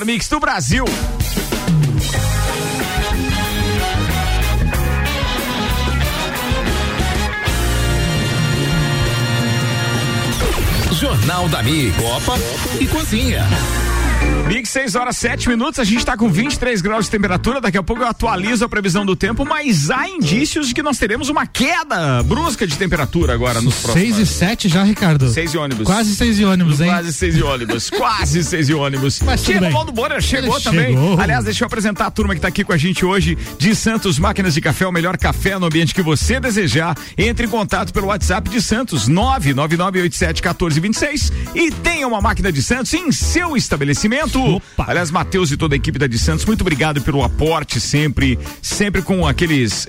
melhor mix do Brasil. Jornal da Mi, Copa e Cozinha. Mix 6h07, a gente tá com 23 graus de temperatura, daqui a pouco eu atualizo a previsão do tempo, mas há indícios de que nós teremos uma queda brusca de temperatura agora nos próximos. 6h07 já, Ricardo? 6 e ônibus. Quase 6 e ônibus, hein? Quase 6 e ônibus, quase 6 e ônibus. Tia Romualdo Borer chegou também. Aliás, deixa eu apresentar a turma que tá aqui com a gente hoje, de Santos Máquinas de Café, o melhor café no ambiente que você desejar. Entre em contato pelo WhatsApp de Santos, 999871426 e tenha uma máquina de Santos em seu estabelecimento. Opa. Aliás, Matheus e toda a equipe da de Santos, muito obrigado pelo aporte sempre com aqueles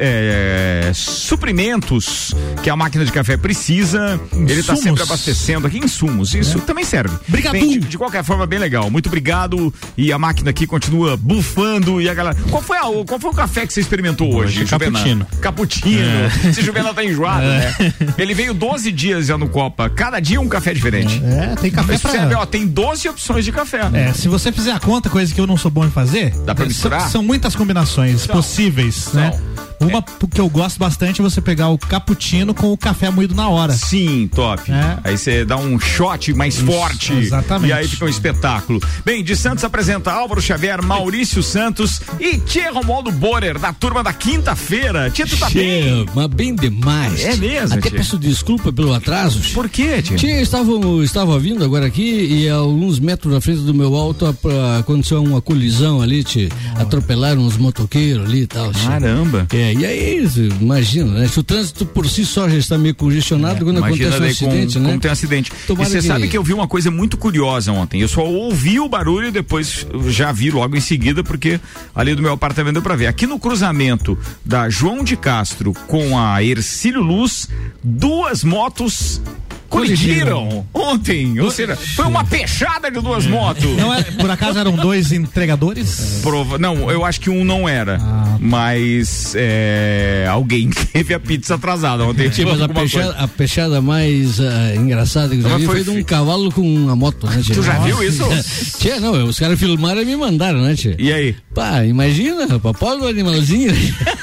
suprimentos que a máquina de café precisa. Ele está sempre abastecendo aqui, insumos, isso também serve. Obrigado. Bem, de qualquer forma, bem legal, muito obrigado, e a máquina aqui continua bufando, e a galera, qual foi o café que você experimentou hoje, Cappuccino. Esse Juvenal tá enjoado, né? Ele veio 12 dias já no Copa, cada dia um café diferente. Tem café tem 12 opções de café. Se você fizer a conta, coisa que eu não sou bom em fazer, dá pra misturar? São muitas combinações possíveis, né? Uma que eu gosto bastante é você pegar o cappuccino com o café moído na hora. Sim, top. Aí você dá um shot mais forte. Exatamente. E aí fica um espetáculo. Bem, de Santos apresenta Álvaro Xavier, Maurício Santos e Tia Romualdo Borer, da turma da quinta-feira. Tia, tu tá bem? Mas bem demais. É mesmo, Até tia? peço desculpa pelo atraso. Por quê, tia? Tia, estava vindo agora aqui e a alguns metros na frente do meu auto aconteceu uma colisão ali, tia. Atropelaram uns motoqueiros ali e tal. Caramba. E aí, imagina, né? Se o trânsito por si só já está meio congestionado quando acontece um acidente, né? Como tem um acidente. Tomara e você sabe que eu vi uma coisa muito curiosa ontem. Eu só ouvi o barulho e depois já vi logo em seguida, porque ali do meu apartamento deu pra ver. Aqui no cruzamento da João de Castro com a Hercílio Luz, 2 motos colidiram ontem, ou seja, foi uma pechada de 2 motos. Não por acaso eram 2 entregadores? Não, eu acho que um não era, mas alguém teve a pizza atrasada ontem. Mas a pechada mais engraçada que eu já vi foi de um cavalo com uma moto, né, tia? Tu já viu isso? Tia, não, os caras filmaram e me mandaram, né, tia? E aí? Pá, imagina, papai do animalzinho.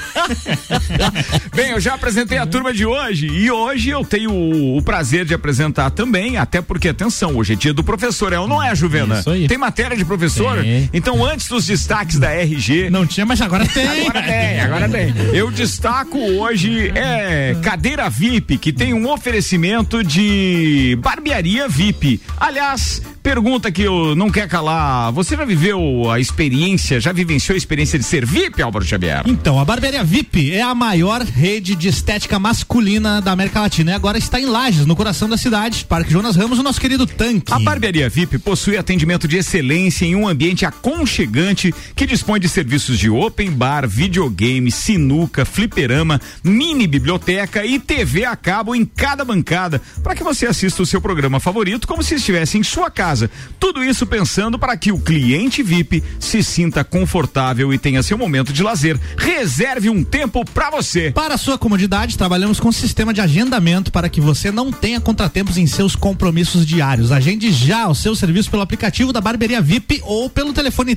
Bem, eu já apresentei a turma de hoje e hoje eu tenho o prazer de apresentar também, até porque, atenção, hoje é dia do professor, ou não é, Juvena? Isso aí. Tem matéria de professor? Tem. Então, antes dos destaques da RG... Não tinha, mas agora tem. Agora tem. Eu destaco hoje cadeira VIP, que tem um oferecimento de barbearia VIP. Aliás, pergunta que eu não quero calar, você já viveu a experiência, já vivenciou a experiência de ser VIP, Álvaro Xavier? Então, a Barbearia VIP é a maior rede de estética masculina da América Latina e agora está em Lages, no coração da cidade, Parque Jonas Ramos, o nosso querido Tanque. A Barbearia VIP possui atendimento de excelência em um ambiente aconchegante que dispõe de serviços de open bar, videogame, sinuca, fliperama, mini biblioteca e TV a cabo em cada bancada, para que você assista o seu programa favorito como se estivesse em sua casa. Tudo isso pensando para que o cliente VIP se sinta confortável e tenha seu momento de lazer. Reserve um tempo para você. Para sua comodidade, trabalhamos com um sistema de agendamento para que você não tenha contratempos em seus compromissos diários. Agende já o seu serviço pelo aplicativo da Barbearia VIP ou pelo telefone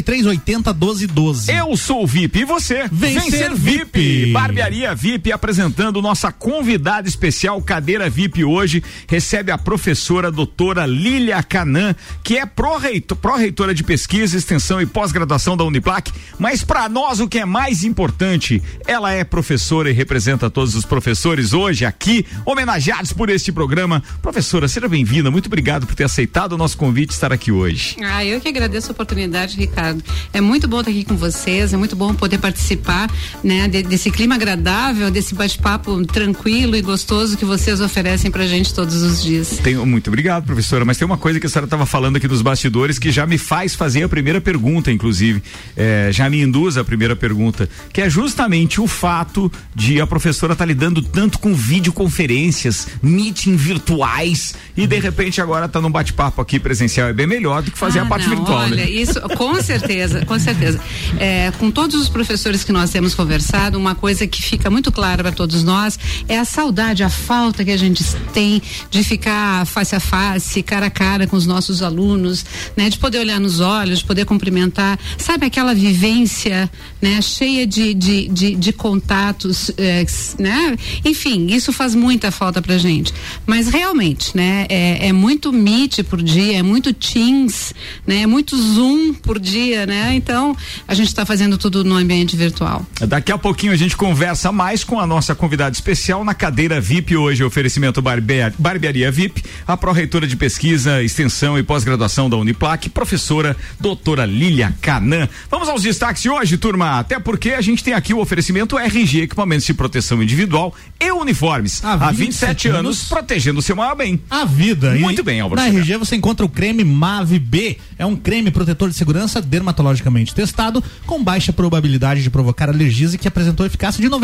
3380-1212. Eu sou o VIP e você vem ser VIP. Barbearia VIP apresentando nossa convidada especial, cadeira VIP hoje, recebe a professora doutora Lília Canã, que é pró-reitora de pesquisa, extensão e pós-graduação da Uniplac, mas para nós o que é mais importante, ela é professora e representa todos os professores hoje aqui, homenageados por este programa. Professora, seja bem-vinda, muito obrigado por ter aceitado o nosso convite e estar aqui hoje. Eu que agradeço a oportunidade, Ricardo. É muito bom estar aqui com vocês, é muito bom poder participar, né, desse clima agradável, desse bate-papo tranquilo e gostoso que vocês oferecem pra gente todos os dias. Muito obrigado, professora, mas tem uma coisa que a senhora estava falando aqui nos bastidores que já me faz fazer a primeira pergunta, inclusive, já me induz a primeira pergunta, que é justamente o fato de a professora estar lidando tanto com videoconferências, meeting virtuais e de repente agora tá num bate-papo aqui presencial, é bem melhor do que fazer a parte virtual. Olha, né? Isso, com certeza, com certeza. Com todos os professores que nós temos conversado, uma coisa que fica muito clara para todos nós é a saudade, a falta que a gente tem de ficar face a face, cara a cara com os nossos alunos, né? De poder olhar nos olhos, de poder cumprimentar, sabe, aquela vivência, né? Cheia de contatos, né? Enfim, isso faz muita falta pra gente, mas realmente, né? É muito Meet por dia, é muito Teams, né? É muito Zoom por dia, né? Então, a gente está fazendo tudo no ambiente virtual. Daqui a pouquinho a gente conversa mais com a nossa convidada especial na cadeira VIP hoje, oferecimento Barbearia VIP, a pró-reitora de pesquisa, extensão e pós-graduação da Uniplac, professora doutora Lília Canã. Vamos aos destaques de hoje, turma, até porque a gente tem aqui o oferecimento RG, equipamentos de proteção individual e uniformes. Há 27 anos, protegendo o seu maior bem. A vida. Muito bem, Álvaro. Na RG você encontra o creme MAV B. É um creme protetor de segurança dermatologicamente testado, com baixa probabilidade de provocar alergias e que apresentou eficácia de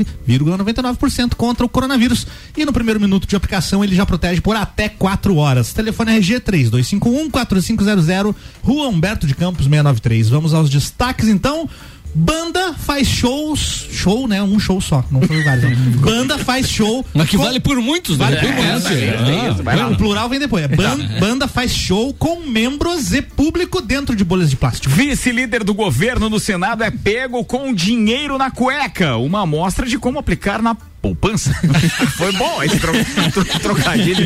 99,99% contra o coronavírus. E no primeiro minuto de aplicação ele já protege por até 4 horas. Telefone RG 3251-4500, Rua Humberto de Campos 693. Vamos aos destaques então. Banda faz show, né? Um show só, não foi vários. Banda faz show. Mas que vale por muitos, vale né? por muitos. O plural vem depois. Banda faz show com membros e público dentro de bolhas de plástico. Vice-líder do governo no Senado é pego com dinheiro na cueca. Uma amostra de como aplicar na poupança. Foi bom esse trocadilho.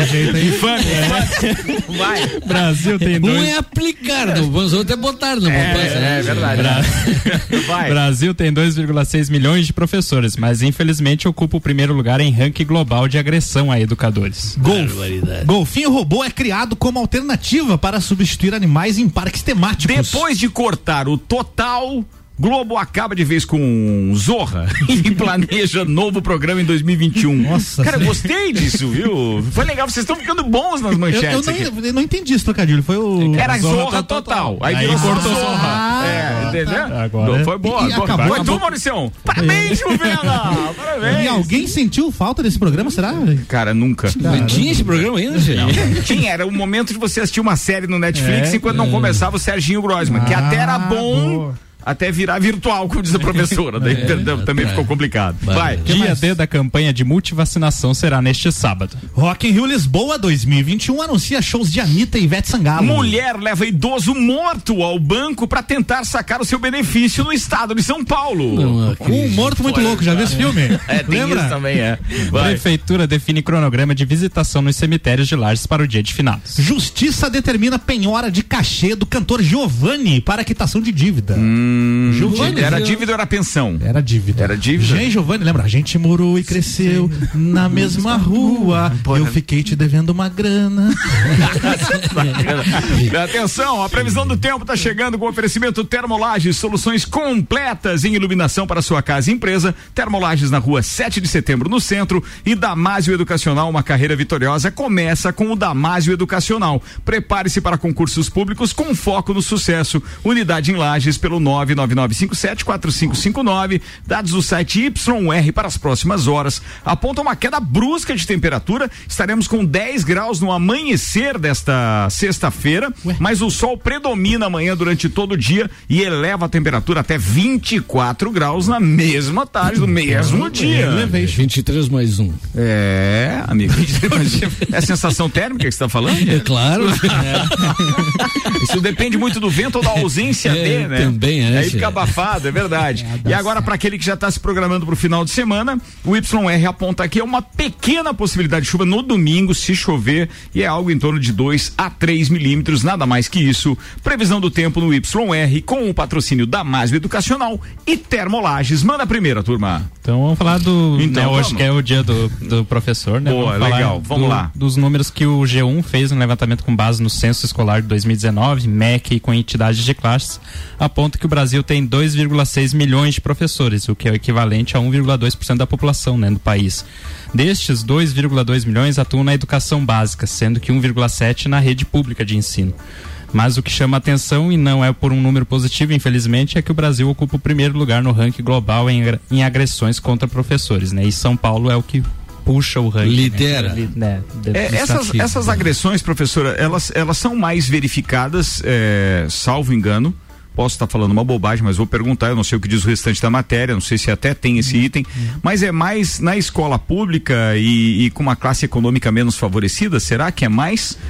Infame. Vai. Brasil tem dois. Um é aplicar, os outros é botar na poupança. É verdade. Vai. Brasil tem 2,6 milhões de professores, mas infelizmente ocupa o primeiro lugar em ranking global de agressão a educadores. Golfinho robô é criado como alternativa para substituir animais em parques temáticos. Depois de cortar o Total, Globo acaba de vez com Zorra e planeja novo programa em 2021. Nossa, cara, gostei disso, viu? Foi legal, vocês estão ficando bons nas manchetes. Eu não entendi esse trocadilho, foi o... Era Zorra Total. Aí virou cortou Zorra. Entendeu? Agora. Foi boa. Foi tu, Mauricião. Parabéns, Juvena. Parabéns. E alguém sentiu falta desse programa, será? Cara, nunca. Mas tinha esse programa ainda, gente? Tinha, era o momento de você assistir uma série no Netflix enquanto não começava o Serginho Grossman, que até era bom... Até virar virtual, como diz a professora. Daí também ficou complicado. Vai. Dia D da campanha de multivacinação será neste sábado. Rock in Rio Lisboa 2021 anuncia shows de Anitta e Ivete Sangalo. Mulher leva idoso morto ao banco para tentar sacar o seu benefício no estado de São Paulo. Um morto muito louco, já viu esse filme? Lembra? Isso também Prefeitura define cronograma de visitação nos cemitérios de Lages para o dia de finados. Justiça determina penhora de cachê do cantor Giovanni para quitação de dívida. Era dívida ou era pensão? Era dívida. Era dívida? Gente, Giovanni, lembra? A gente morou e cresceu na mesma rua. Eu fiquei te devendo uma grana. Atenção, a previsão do tempo está chegando com o oferecimento Termolages, soluções completas em iluminação para sua casa e empresa. Termolages na rua 7 de setembro no centro e Damásio Educacional, uma carreira vitoriosa começa com o Damásio Educacional. Prepare-se para concursos públicos com foco no sucesso. Unidade em Lages pelo 999574559. Dados do site YR para as próximas horas apontam uma queda brusca de temperatura. Estaremos com 10 graus no amanhecer desta sexta-feira, mas o sol predomina amanhã durante todo o dia e eleva a temperatura até 24 graus na mesma tarde do mesmo dia. 23 mais 1. É, amigo. É a sensação térmica que você está falando? É claro. Isso depende muito do vento ou da ausência de, né? Também é. Aí fica abafado, é verdade. E agora, para aquele que já está se programando para o final de semana, o YR aponta aqui uma pequena possibilidade de chuva no domingo, se chover, e é algo em torno de 2 a 3 milímetros, nada mais que isso. Previsão do tempo no YR com o patrocínio da Damásio Educacional e Termolages. Manda a primeira, turma. Então vamos falar do hoje que é o dia do professor, né? Boa, legal, vamos lá. Dos números que o G1 fez no levantamento com base no censo escolar de 2019, MEC e com entidades de classes, aponta que o Brasil tem 2,6 milhões de professores, o que é o equivalente a 1,2% da população, né, do país. Destes, 2,2 milhões atuam na educação básica, sendo que 1,7 na rede pública de ensino. Mas o que chama atenção, e não é por um número positivo, infelizmente, é que o Brasil ocupa o primeiro lugar no ranking global em agressões contra professores, né? E São Paulo é o que puxa o ranking. Lidera. Né? Essas agressões, professora, elas são mais verificadas, salvo engano. Posso estar falando uma bobagem, mas vou perguntar, eu não sei o que diz o restante da matéria, não sei se até tem esse item, mas é mais na escola pública e com uma classe econômica menos favorecida? Será que é mais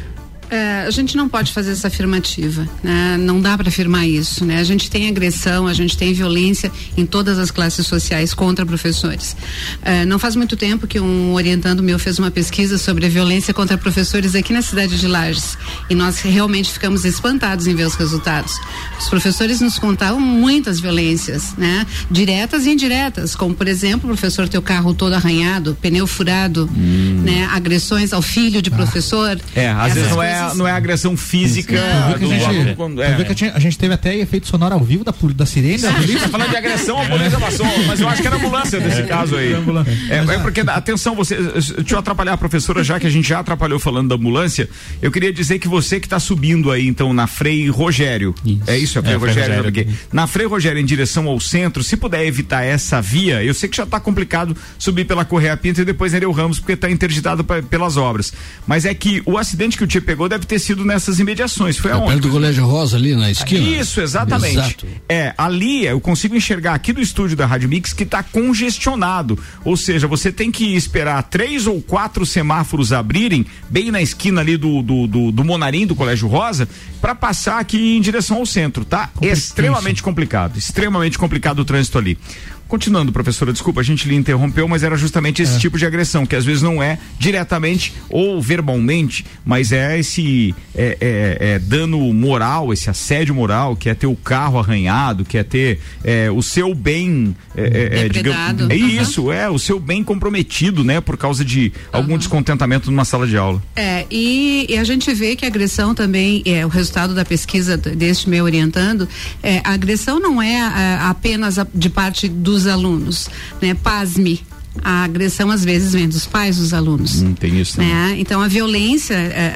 A gente não pode fazer essa afirmativa, né? Não dá para afirmar isso, né? A gente tem agressão, a gente tem violência em todas as classes sociais contra professores. Não faz muito tempo que um orientando meu fez uma pesquisa sobre a violência contra professores aqui na cidade de Lages, e nós realmente ficamos espantados em ver os resultados. Os professores nos contavam muitas violências, né? Diretas e indiretas, como por exemplo, o professor ter o carro todo arranhado, pneu furado, né? Agressões ao filho de professor. Às vezes não é agressão física do aluno. A gente teve até efeito sonoro ao vivo da sirene da polícia. Tá falando de agressão, a polícia passou, mas eu acho que era ambulância nesse caso aí. Porque, atenção, deixa eu atrapalhar a professora, já que a gente já atrapalhou falando da ambulância, eu queria dizer que você que está subindo aí, então, na Frei Rogério, isso, é Frei Rogério, aqui. Na Frei Rogério em direção ao centro, se puder evitar essa via, eu sei que já está complicado subir pela Correia Pinto e depois Nereu Ramos, porque está interditado pelas obras, mas é que o acidente que o Tia pegou deve ter sido nessas imediações, foi aonde? Perto do Colégio Rosa ali na esquina. Isso, exatamente. Exato. Ali eu consigo enxergar aqui do estúdio da Rádio Mix que está congestionado, ou seja, você tem que esperar 3 ou 4 semáforos abrirem bem na esquina ali do Monarim, do Colégio Rosa, para passar aqui em direção ao centro, tá? Extremamente complicado o trânsito ali. Continuando, professora, desculpa, a gente lhe interrompeu, mas era justamente esse tipo de agressão, que às vezes não é diretamente ou verbalmente, mas é esse dano moral, esse assédio moral, que é ter o carro arranhado, que é ter o seu bem depredado. O seu bem comprometido, né, por causa de algum descontentamento numa sala de aula. E a gente vê que a agressão também, o resultado da pesquisa deste meu orientando, a agressão não é apenas de parte dos alunos, né? Pasme, a agressão às vezes vem dos pais dos alunos. Tem isso também. Né? Então a violência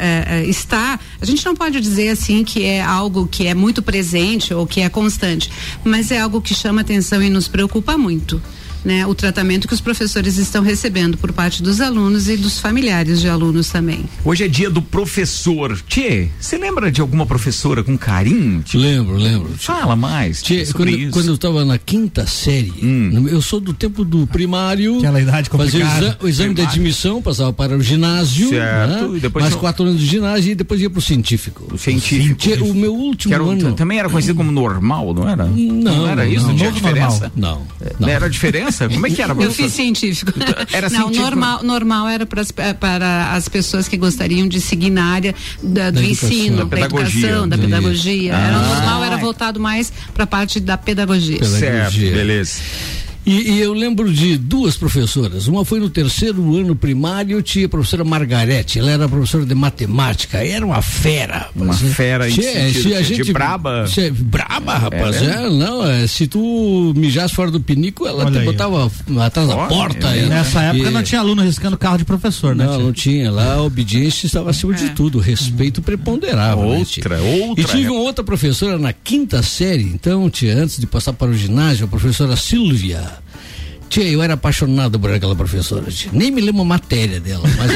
a gente não pode dizer assim que é algo que é muito presente ou que é constante, mas é algo que chama atenção e nos preocupa muito. Né, o tratamento que os professores estão recebendo por parte dos alunos e dos familiares de alunos também. Hoje é dia do professor. Tchê, você lembra de alguma professora com carinho? Tchê? Lembro. Fala mais. Tchê, quando eu estava na 5ª série, eu sou do tempo do primário. Aquela idade complicada. Fazia o exame de admissão, passava para o ginásio. Certo. Né? E depois mais 4 anos de ginásio e depois ia para o científico. O científico. Tchê, o meu último ano. Também era conhecido como normal, não era? Não era isso? Não tinha diferença? Não. Era diferença? Como é que era? Eu fiz científico. Era não, científico. normal era para as pessoas que gostariam de seguir na área do ensino, da educação, da pedagogia. Normal era voltado mais para a parte da pedagogia. Certo, beleza. E eu lembro de 2 professoras. Uma foi no 3º ano primário, tinha a professora Margarete, ela era professora de matemática, era uma fera. Uma fera em sentido de braba? Braba, rapaz. Se tu mijasse fora do pinico, ela te botava atrás da porta. Nessa época não tinha aluno riscando carro de professor, né? Não tinha. Lá a obediência estava acima de tudo, o respeito preponderava. Outra. E tive uma outra professora na 5ª série, então, antes de passar para o ginásio, a professora Silvia. Tia, eu era apaixonado por aquela professora, tia. Nem me lembro a matéria dela, mas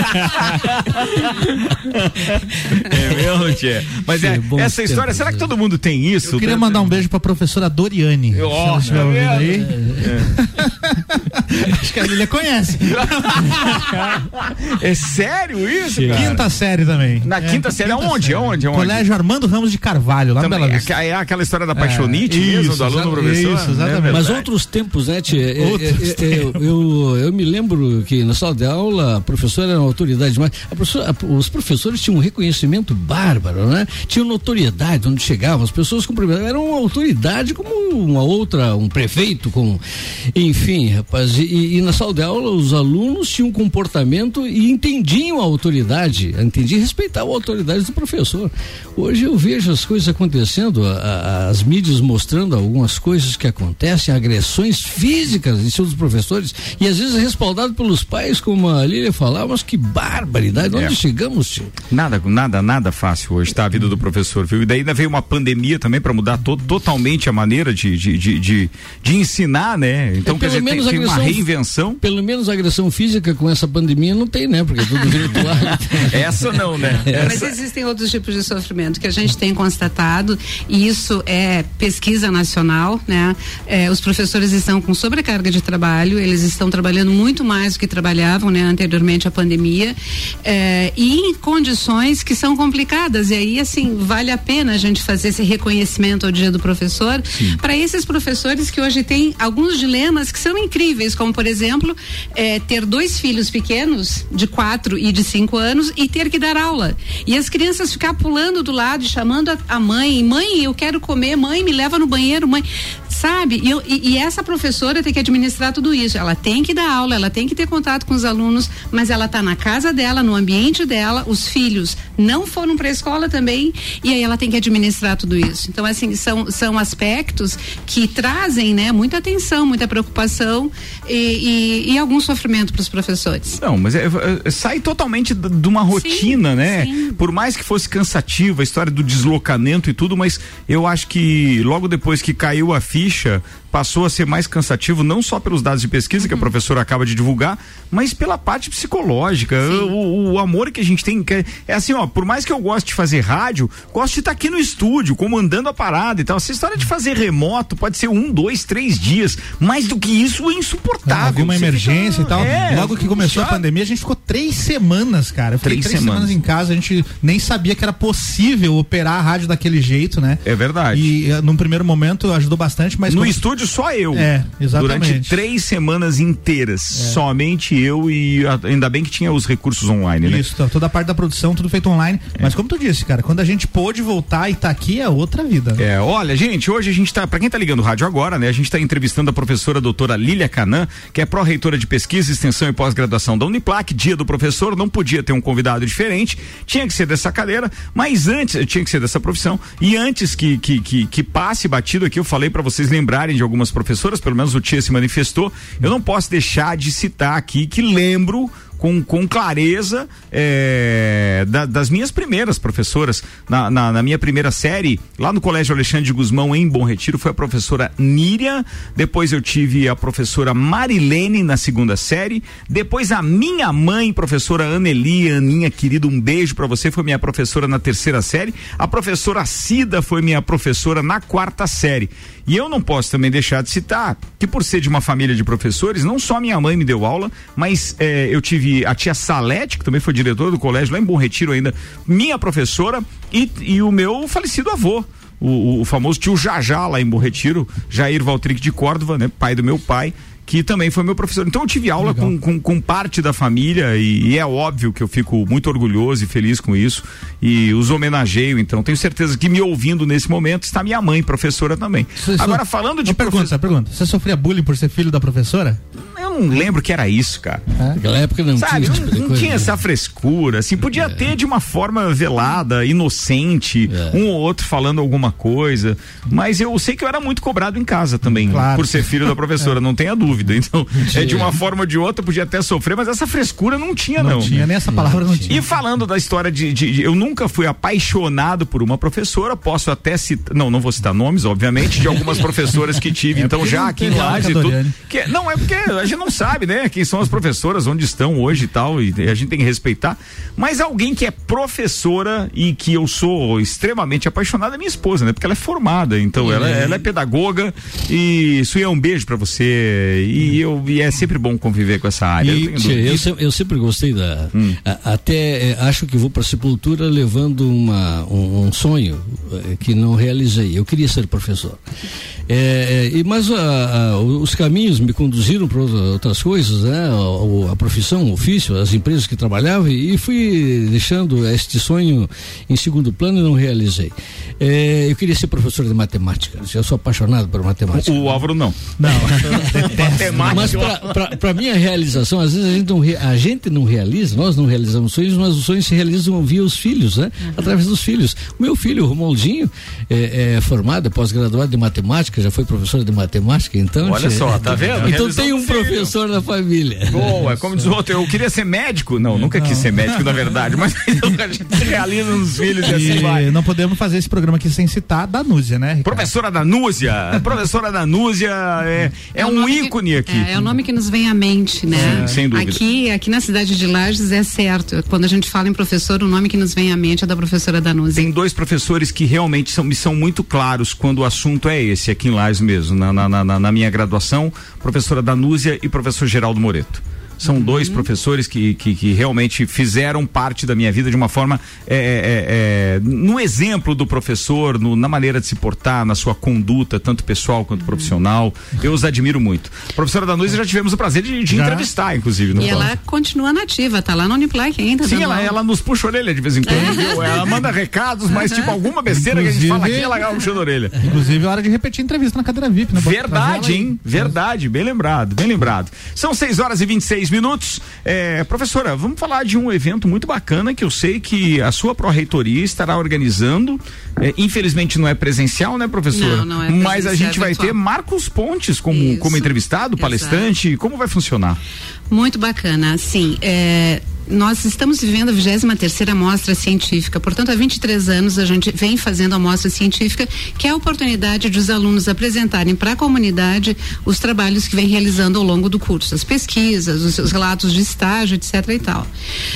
é mesmo, tia. Mas essa história, será que todo mundo tem isso? Eu queria mandar um beijo pra professora Doriane. Se ela estiver ouvindo aí. Acho que a Lília conhece. É sério isso, cara? 5ª série também. Na 5ª série, aonde? Colégio Armando Ramos de Carvalho, lá também, em Bela Vista. É aquela história da paixonite mesmo, do aluno professor? Isso, exatamente. Mas outros tempos, né, tia? Eu me lembro que na sala de aula a professora era uma autoridade demais. Os professores tinham um reconhecimento bárbaro, né? Tinham notoriedade onde chegavam, as pessoas cumprimentavam, eram uma autoridade como uma outra, um prefeito, enfim, rapaz, e na sala de aula os alunos tinham um comportamento e entendiam a autoridade, entendiam e respeitavam a autoridade do professor. Hoje eu vejo as coisas acontecendo, as mídias mostrando algumas coisas que acontecem, agressões físicas em seus professores e às vezes respaldado pelos pais, como a Lília falava, mas que barbaridade, onde chegamos, tio? Nada fácil hoje, tá? A vida do professor, viu? E daí ainda veio uma pandemia também para mudar totalmente a maneira de ensinar, né? Então, quer dizer, tem uma reinvenção. Pelo menos a agressão física com essa pandemia não tem, né? Porque é tudo virtual. Essa não, né? Mas existem outros tipos de sofrimento que a gente tem constatado, e isso é pesquisa nacional, né? Os professores estão com sobrecarga carga de trabalho, eles estão trabalhando muito mais do que trabalhavam, né, anteriormente à pandemia, e em condições que são complicadas, e aí assim, vale a pena a gente fazer esse reconhecimento ao Dia do Professor para esses professores que hoje têm alguns dilemas que são incríveis, como por exemplo, ter 2 filhos pequenos de 4 e de 5 anos e ter que dar aula, e as crianças ficar pulando do lado e chamando a mãe, eu quero comer, mãe, me leva no banheiro, mãe, sabe? E essa professora tem que administrar tudo isso, ela tem que dar aula, ela tem que ter contato com os alunos, mas ela tá na casa dela, no ambiente dela, os filhos não foram para a escola também, e aí ela tem que administrar tudo isso. Então, assim, são aspectos que trazem, né, muita atenção, muita preocupação e algum sofrimento para os professores. Não, mas sai totalmente de uma rotina, né? Sim. Por mais que fosse cansativa a história do deslocamento e tudo, mas eu acho que logo depois que caiu a ficha, passou a ser mais cansativo, não só pelos dados de pesquisa que a professora acaba de divulgar, mas pela parte psicológica, o amor que a gente tem, é assim, ó, por mais que eu goste de fazer rádio, gosto de estar aqui no estúdio, comandando a parada e tal, essa história de fazer remoto pode ser 1, 2, 3 dias, mais do que isso é insuportável. Alguma emergência e tal, logo que começou a pandemia, a gente ficou 3 semanas, cara, eu fiquei 3 semanas em casa, a gente nem sabia que era possível operar a rádio daquele jeito, né? É verdade. E num primeiro momento ajudou bastante, mas... No estúdio só eu. Exatamente. Durante 3 semanas inteiras. Somente eu, e ainda bem que tinha os recursos online, né? Isso, toda a parte da produção, tudo feito online. Mas como tu disse, cara, quando a gente pôde voltar e tá aqui, é outra vida. Né? Olha, gente, hoje a gente tá, pra quem tá ligando o rádio agora, né? A gente tá entrevistando a professora doutora Lília Canã, que é pró-reitora de pesquisa, extensão e pós-graduação da Uniplac. Dia do professor, não podia ter um convidado diferente, tinha que ser dessa cadeira, mas antes, tinha que ser dessa profissão, e antes que passe batido aqui, eu falei pra vocês lembrarem de algumas professoras, pelo menos o Tia se manifestou, eu não posso deixar de citar aqui que lembro com clareza das minhas primeiras professoras. Na minha primeira série, lá no Colégio Alexandre de Guzmão, em Bom Retiro, foi a professora Níria, depois eu tive a professora Marilene na segunda série, depois a minha mãe, professora Aneli, Aninha querida, um beijo pra você, foi minha professora na terceira série, a professora Cida foi minha professora na quarta série. E eu não posso também deixar de citar que, por ser de uma família de professores, não só minha mãe me deu aula, mas eu tive a tia Salete, que também foi diretora do colégio lá em Bom Retiro ainda, minha professora, e o meu falecido avô, o famoso tio Jajá lá em Bom Retiro, Jair Valtric de Córdova, né, pai do meu pai, que também foi meu professor. Então eu tive aula com parte da família e é óbvio que eu fico muito orgulhoso e feliz com isso e os homenageio, então tenho certeza que me ouvindo nesse momento está minha mãe, professora também. Agora falando de pergunta, você sofria bullying por ser filho da professora? Eu não lembro que era isso, cara. Naquela época não tinha. Não tinha essa frescura, assim, podia ter de uma forma velada, inocente, um ou outro falando alguma coisa, mas eu sei que eu era muito cobrado em casa também, por ser filho da professora, não tenha dúvida. Então, de uma forma ou de outra, podia até sofrer, mas essa frescura não tinha, não. Não tinha, nem essa palavra não tinha. E falando da história eu nunca fui apaixonado por uma professora, posso até citar, não vou citar nomes, obviamente, de algumas professoras que tive, então já aqui em Lages e tudo. Não, é porque a gente não sabe, né, quem são as professoras, onde estão hoje e tal, e a gente tem que respeitar, mas alguém que é professora e que eu sou extremamente apaixonado é minha esposa, né, porque ela é formada, então ela é pedagoga, e isso é um beijo pra você. E é sempre bom conviver com essa área. Eu sempre gostei até acho que vou para a Sepultura levando um sonho que não realizei. Eu queria ser professor. Mas os caminhos me conduziram para outras coisas, né? A profissão, o ofício, as empresas que trabalhava, e fui deixando este sonho em segundo plano e não realizei. Eu queria ser professor de matemática. Eu sou apaixonado por matemática. O Álvaro não. Mas para minha realização, às vezes a gente não realiza, nós não realizamos sonhos, mas os sonhos se realizam via os filhos, né? Através dos filhos. O meu filho, o Romualdinho, é formado, pós-graduado de matemática, já foi professor de matemática, então. Olha só, tá vendo? Então tem um professor professor da família. Boa, como diz o outro, eu queria ser médico. Não, nunca quis ser médico, na verdade, mas a gente se realiza nos filhos e assim vai. Não podemos fazer esse programa aqui sem citar a Danúzia, né, Ricardo? Professora Danúzia. Professora Danúzia é um ícone aqui. É o nome que nos vem à mente, né? Sim, sem dúvida. Aqui na cidade de Lages é certo. Quando a gente fala em professor, o nome que nos vem à mente é da professora Danúzia. Tem dois professores que realmente são muito claros quando o assunto é esse, aqui em Lages mesmo, na minha graduação, professora Danúzia e professor Geraldo Moreto. São dois professores que realmente fizeram parte da minha vida de uma forma no exemplo do professor, na maneira de se portar, na sua conduta, tanto pessoal quanto profissional. Eu os admiro muito. Professora Danúzia, já tivemos o prazer de entrevistar, inclusive. E ela continua nativa, tá lá na Uniplac ainda. Sim, ela nos puxa a orelha de vez em quando, viu? Ela manda recados, mas tipo alguma besteira que a gente fala aqui, ela puxa a orelha. Inclusive, é hora de repetir a entrevista na cadeira VIP, né? Verdade, hein? Verdade, bem lembrado, bem lembrado. São 6h26 minutos. Professora, vamos falar de um evento muito bacana que eu sei que a sua pró-reitoria estará organizando. Infelizmente não é presencial, né, professora? Não é presencial, mas a gente vai ter Marcos Pontes como entrevistado, palestrante. Como vai funcionar? Muito bacana, sim. Nós estamos vivendo a 23ª Mostra Científica, portanto há 23 anos a gente vem fazendo a Mostra Científica, que é a oportunidade de os alunos apresentarem para a comunidade os trabalhos que vem realizando ao longo do curso, as pesquisas, os seus relatos de estágio, etc. e tal.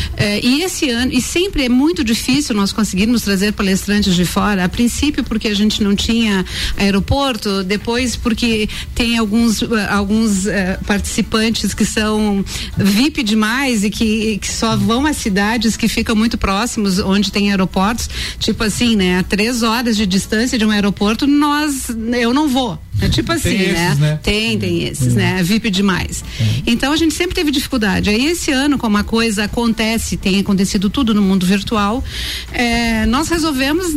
E esse ano, e sempre é muito difícil nós conseguirmos trazer palestrantes de fora, a princípio porque a gente não tinha aeroporto, depois porque tem alguns participantes que são VIP demais e que só vão a cidades que ficam muito próximos, onde tem aeroportos, tipo assim, né? A 3 horas de distância de um aeroporto, eu não vou. É tipo assim, tem esses, né? Tem esses, né? VIP demais. Então a gente sempre teve dificuldade. Aí esse ano, como a coisa tem acontecido tudo no mundo virtual, nós resolvemos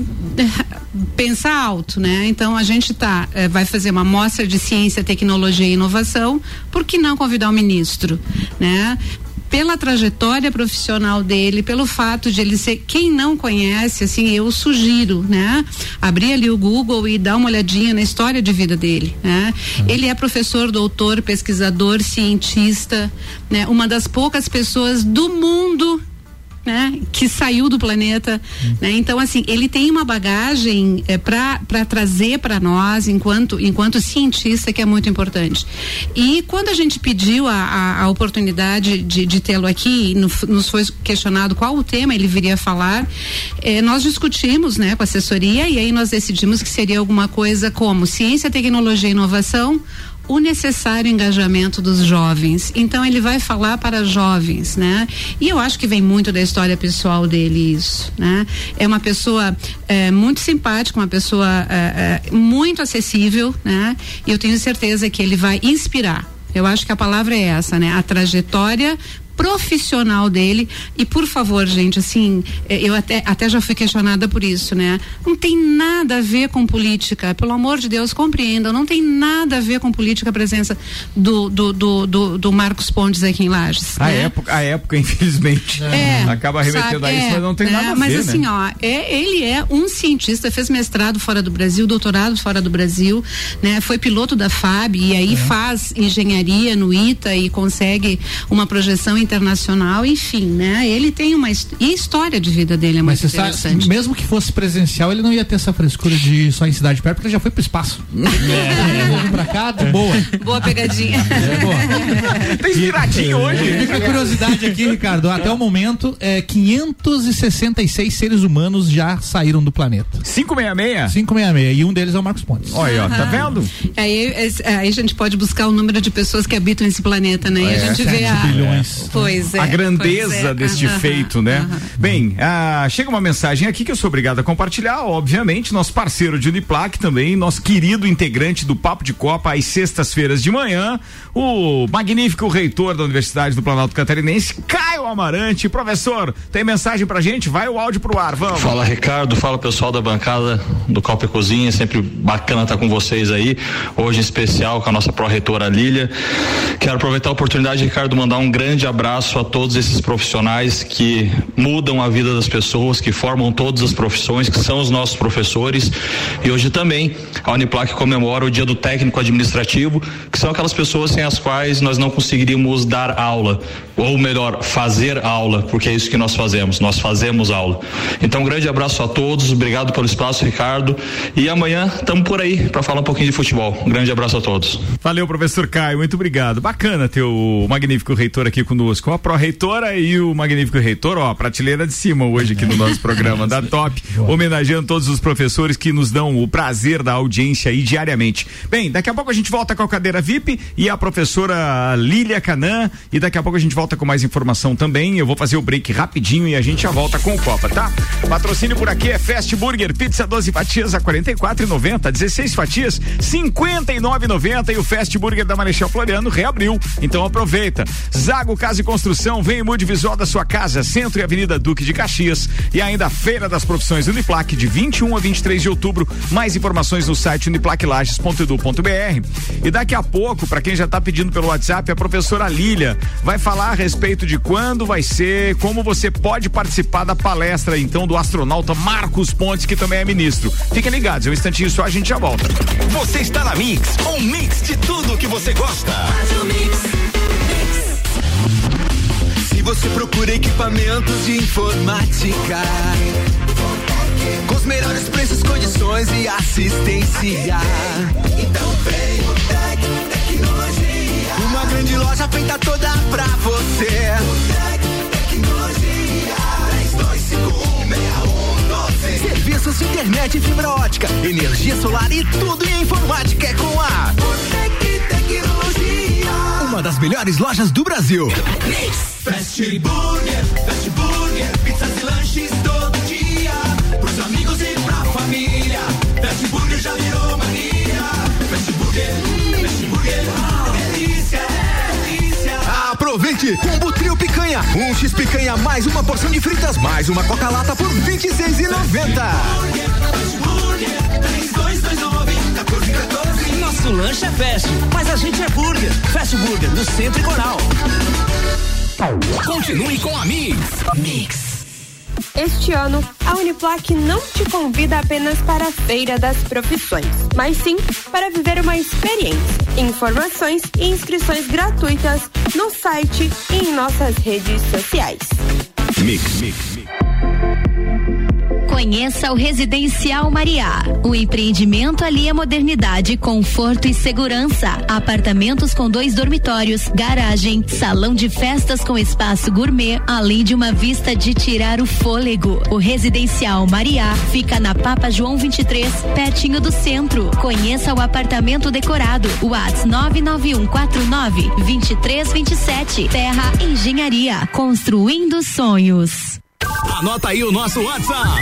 pensar alto, né? Então a gente vai fazer uma mostra de ciência, tecnologia e inovação, por que não convidar o ministro, né? Pela trajetória profissional dele, pelo fato de ele ser, quem não conhece, assim, eu sugiro, né? Abrir ali o Google e dar uma olhadinha na história de vida dele, né? Ele é professor, doutor, pesquisador, cientista, né? Uma das poucas pessoas do mundo, né, que saiu do planeta, né? Então assim, ele tem uma bagagem para trazer para nós enquanto cientista, que é muito importante. E quando a gente pediu a oportunidade de tê-lo aqui, nos foi questionado qual o tema ele viria falar, nós discutimos, né, com a assessoria, e aí nós decidimos que seria alguma coisa como ciência, tecnologia e inovação, o necessário engajamento dos jovens. Então ele vai falar para jovens, né? E eu acho que vem muito da história pessoal dele isso, né? É uma pessoa muito simpática, uma pessoa muito acessível, né? E eu tenho certeza que ele vai inspirar. Eu acho que a palavra é essa, né? A trajetória profissional dele. E por favor, gente, assim, eu até já fui questionada por isso, né? Não tem nada a ver com política, pelo amor de Deus, compreendam, não tem nada a ver com política a presença do Marcos Pontes aqui em Lages. A época, infelizmente, acaba remetendo a isso, mas não tem nada a ver, mas assim, né? Ele é um cientista, fez mestrado fora do Brasil, doutorado fora do Brasil, né? Foi piloto da FAB e aí faz engenharia no ITA e consegue uma projeção internacional, enfim, né? Ele tem uma história de vida dele é muito interessante. Sabe, mesmo que fosse presencial, ele não ia ter essa frescura de só em cidade perto, porque ele já foi pro espaço. Vem pra cá, de boa. Boa pegadinha. Boa. Tem inspiradinho hoje. Fica a curiosidade aqui, Ricardo, até o momento, 566 seres humanos já saíram do planeta. 566? E um deles é o Marcos Pontes. Olha, tá vendo? Aí a gente pode buscar o número de pessoas que habitam esse planeta, né? E a gente vê bilhões. A grandeza deste feito, né? Bem, chega uma mensagem aqui que eu sou obrigado a compartilhar, obviamente, nosso parceiro de Uniplac também, nosso querido integrante do Papo de Copa às sextas-feiras de manhã, o magnífico reitor da Universidade do Planalto Catarinense, Caio Amarante. Professor, tem mensagem pra gente? Vai o áudio pro ar, vamos. Fala, Ricardo, fala pessoal da bancada do Copa e Cozinha, sempre bacana estar com vocês aí, hoje em especial com a nossa pró-reitora Lília. Quero aproveitar a oportunidade, Ricardo, mandar um grande abraço abraço a todos esses profissionais que mudam a vida das pessoas, que formam todas as profissões, que são os nossos professores. E hoje também a Uniplac comemora o Dia do Técnico Administrativo, que são aquelas pessoas sem as quais nós não conseguiríamos dar aula, ou melhor, fazer aula, porque é isso que nós fazemos aula. Então, um grande abraço a todos, obrigado pelo espaço, Ricardo, e amanhã estamos por aí para falar um pouquinho de futebol. Um grande abraço a todos. Valeu, professor Caio, muito obrigado. Bacana ter o magnífico reitor aqui conosco, a pró-reitora e o magnífico reitor, prateleira de cima hoje aqui no nosso programa da Top, homenageando todos os professores que nos dão o prazer da audiência aí diariamente. Bem, daqui a pouco a gente volta com a cadeira VIP e a professora Lília Canã, e daqui a pouco a gente volta com mais informação também. Eu vou fazer o break rapidinho e a gente já volta com o Copa, tá? Patrocínio por aqui é Fast Burger, pizza 12 fatias a R$44,90, 16 fatias R$59,90, e o Fast Burger da Marechal Floriano reabriu, então aproveita. Zago Casa e Construção, vem e mude visual da sua casa, Centro e Avenida Duque de Caxias, e ainda a Feira das Profissões Uniplac de 21 a 23 de outubro. Mais informações no site uniplaclages.edu.br. E daqui a pouco, para quem já tá pedindo pelo WhatsApp, a professora Lília vai falar a respeito de quando vai ser, como você pode participar da palestra então do astronauta Marcos Pontes, que também é ministro. Fiquem ligados, um instantinho só, a gente já volta. Você está na Mix, um mix de tudo que você gosta. Se você procura equipamentos de informática, com os melhores preços, condições e assistência, então vem o Tecnologia, uma grande loja feita toda pra você. Tecnologia, 32516112. Serviços de internet e fibra ótica, energia solar e tudo em informática é com a Tecnologia, uma das melhores lojas do Brasil. Fast Burger, pizzas e lanches todo dia, pros amigos e pra família. Fast Burger já virou mania. Fast Burger, delícia. Aproveite! Combo Trio Picanha, um X picanha mais uma porção de fritas mais uma Coca-Lata por R$26,90. Fast Burger, 3229-1414. Nosso lanche é fast, mas a gente é burger. Fast Burger, no Centro e Coral. Continue com a Mix. Este ano, a Uniplac não te convida apenas para a Feira das Profissões, mas sim para viver uma experiência. Informações e inscrições gratuitas no site e em nossas redes sociais. Mix. Conheça o Residencial Mariá. O empreendimento alia modernidade, conforto e segurança. Apartamentos com 2 dormitórios, garagem, salão de festas com espaço gourmet, além de uma vista de tirar o fôlego. O Residencial Mariá fica na Papa João 23, pertinho do centro. Conheça o apartamento decorado. WhatsApp 99149-2327. Terra Engenharia, construindo sonhos. Anota aí o nosso WhatsApp: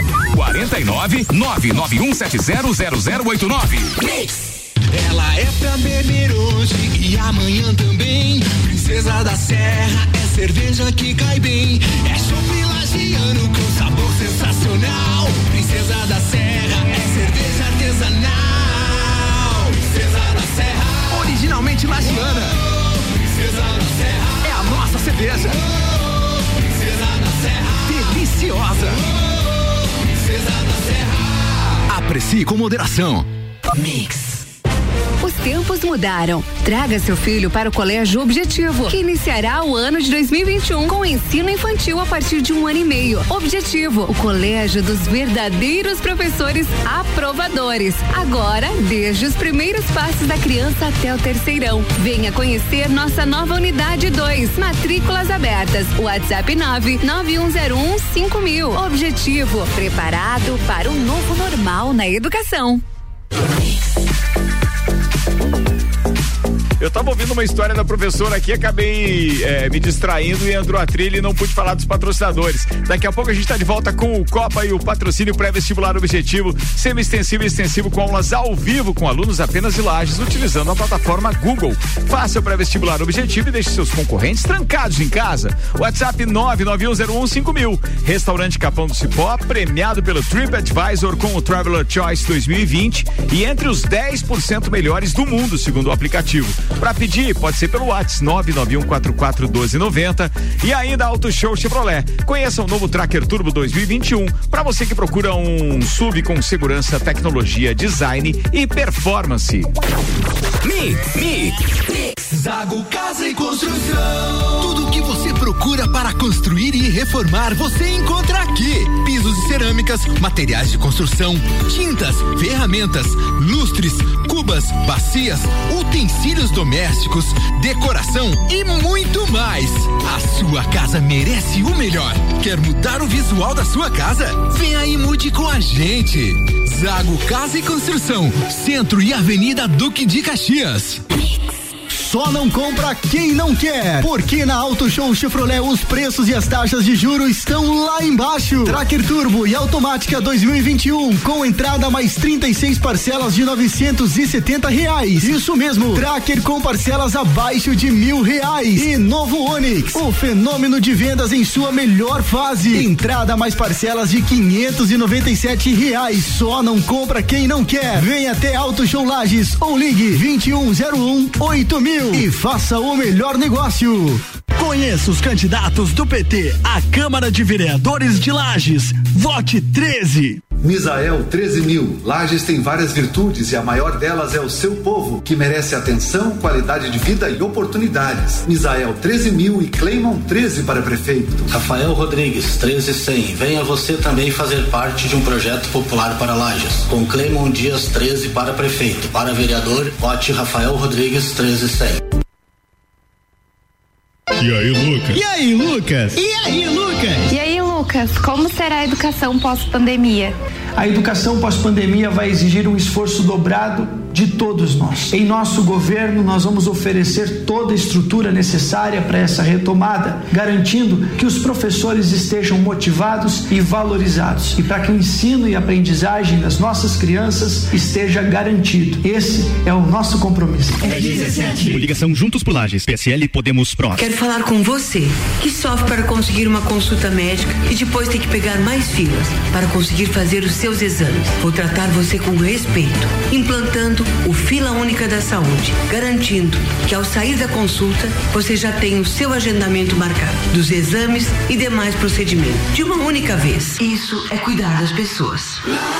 49991700089. Ela é pra beber hoje e amanhã também. Princesa da Serra é cerveja que cai bem. É chopp lagiano com sabor sensacional. Princesa da Serra é cerveja artesanal. Princesa da Serra, originalmente lagiana. Princesa da Serra é a nossa cerveja. Princesa da Serra, deliciosa. Princesa da Serra. Aprecie com moderação. Mix. Os tempos mudaram. Traga seu filho para o Colégio Objetivo, que iniciará o ano de 2021 com ensino infantil a partir de 1 ano e meio. Objetivo, o colégio dos verdadeiros professores aprovadores. Agora, desde os primeiros passos da criança até o terceirão. Venha conhecer nossa nova unidade 2. Matrículas abertas. WhatsApp 991015000. Objetivo, preparado para um novo normal na educação. Eu tava ouvindo uma história da professora aqui, acabei me distraindo e entrou a trilha e não pude falar dos patrocinadores. Daqui a pouco a gente tá de volta com o Copa e o patrocínio pré-vestibular Objetivo, semi-extensivo e extensivo com aulas ao vivo com alunos apenas de Lages, utilizando a plataforma Google. Faça o pré-vestibular Objetivo e deixe seus concorrentes trancados em casa. WhatsApp 991015000. Restaurante Capão do Cipó, premiado pelo TripAdvisor com o Traveler Choice 2020 e entre os 10% melhores do mundo, segundo o aplicativo. Para pedir, pode ser pelo WhatsApp 991441290 e ainda Auto Show Chevrolet. Conheça o novo Tracker Turbo 2021 para você que procura um SUV com segurança, tecnologia, design e performance. Mix. Zago Casa e Construção. Tudo o que você procura para construir e reformar, você encontra aqui. Pisos e cerâmicas, materiais de construção, tintas, ferramentas, lustres, cubas, bacias, utensílios domésticos, decoração e muito mais. A sua casa merece o melhor. Quer mudar o visual da sua casa? Vem aí e mude com a gente. Zago Casa e Construção, Centro e Avenida Duque de Caxias. Só não compra quem não quer, porque na Auto Show Chevrolet os preços e as taxas de juros estão lá embaixo. Tracker Turbo e automática 2021 com entrada mais 36 parcelas de R$970. Isso mesmo, Tracker com parcelas abaixo de R$1.000. E novo Onix, o fenômeno de vendas em sua melhor fase. Entrada mais parcelas de R$597. Só não compra quem não quer. Vem até Auto Show Lages ou ligue 2101-8000 e faça o melhor negócio. Conheça os candidatos do PT à Câmara de Vereadores de Lages. Vote 13. Misael 13.000. Lages tem várias virtudes e a maior delas é o seu povo, que merece atenção, qualidade de vida e oportunidades. Misael 13.000 e Cleimon 13 para prefeito. Rafael Rodrigues 13.100. Venha você também fazer parte de um projeto popular para Lages. Com Cleimon Dias 13 para prefeito. Para vereador, vote Rafael Rodrigues 13.100. E aí, Lucas? E aí, Lucas? E aí, Lucas? E aí, Lucas, como será a educação pós-pandemia? A educação pós-pandemia vai exigir um esforço dobrado de todos nós. Em nosso governo, nós vamos oferecer toda a estrutura necessária para essa retomada, garantindo que os professores estejam motivados e valorizados e para que o ensino e aprendizagem das nossas crianças esteja garantido. Esse é o nosso compromisso. Ligação Juntos por Lages, PSL Podemos Pró. Quero falar com você, que sofre para conseguir uma consulta médica e depois tem que pegar mais filas para conseguir fazer os seus exames. Vou tratar você com respeito, implantando o Fila Única da Saúde, garantindo que ao sair da consulta, você já tem o seu agendamento marcado, dos exames e demais procedimentos, de uma única vez. Isso é cuidar das pessoas.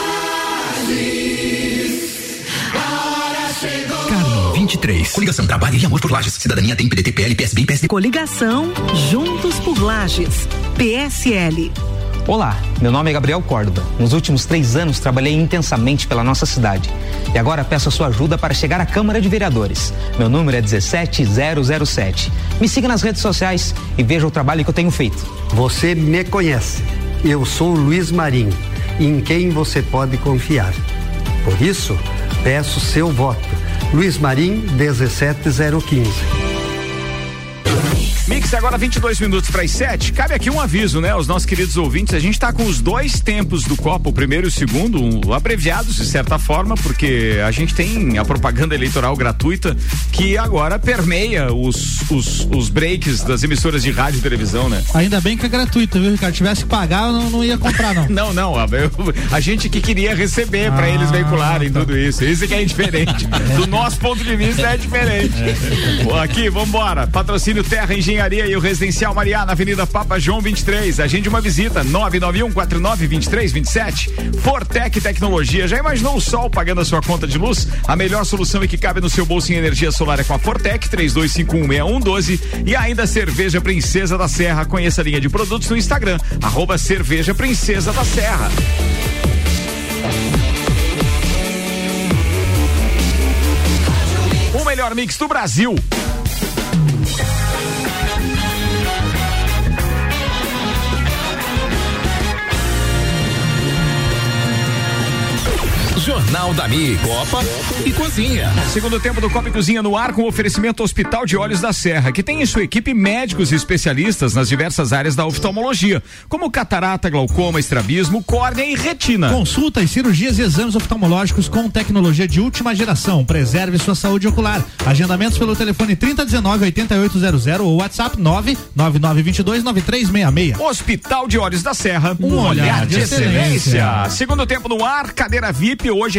Carmo 23. Coligação Trabalho e Amor por Lages. Cidadania tem PDT, PL, PSB e PSD. Coligação Juntos por Lages. PSL. Olá, meu nome é Gabriel Córdoba. Nos últimos 3 anos trabalhei intensamente pela nossa cidade. E agora peço a sua ajuda para chegar à Câmara de Vereadores. Meu número é 17007. Me siga nas redes sociais e veja o trabalho que eu tenho feito. Você me conhece. Eu sou Luiz Marinho, em quem você pode confiar. Por isso, peço seu voto. Luiz Marinho, 17015. Mix, agora 22 minutos para as 7. Cabe aqui um aviso, né? Os nossos queridos ouvintes, a gente tá com os 2 tempos do copo, o primeiro e o segundo, abreviados de certa forma, porque a gente tem a propaganda eleitoral gratuita que agora permeia os breaks das emissoras de rádio e televisão, né? Ainda bem que é gratuito, viu, Ricardo? Tivesse que pagar, eu não ia comprar, não. Não, a gente que queria receber para eles veicularem tudo isso. Isso que é diferente. Do nosso ponto de vista é diferente. Aqui, vambora. Patrocínio Terra Engenharia e o Residencial Mariá na Avenida Papa João 23. Agende uma visita 991492327. Fortec Tecnologia. Já imaginou o sol pagando a sua conta de luz? A melhor solução e que cabe no seu bolso em energia solar é com a Fortec 32516112 e ainda Cerveja Princesa da Serra. Conheça a linha de produtos no Instagram @Cerveja Princesa da Serra. O melhor mix do Brasil. Jornal da Mi, Copa e Cozinha. Segundo tempo do Copa e Cozinha no ar com oferecimento Hospital de Olhos da Serra, que tem em sua equipe médicos e especialistas nas diversas áreas da oftalmologia, como catarata, glaucoma, estrabismo, córnea e retina. Consultas, cirurgias e exames oftalmológicos com tecnologia de última geração. Preserve sua saúde ocular. Agendamentos pelo telefone 3019-8800 ou WhatsApp 999229366. Hospital de Olhos da Serra, um olhar de excelência. Segundo tempo no ar, cadeira VIP, hoje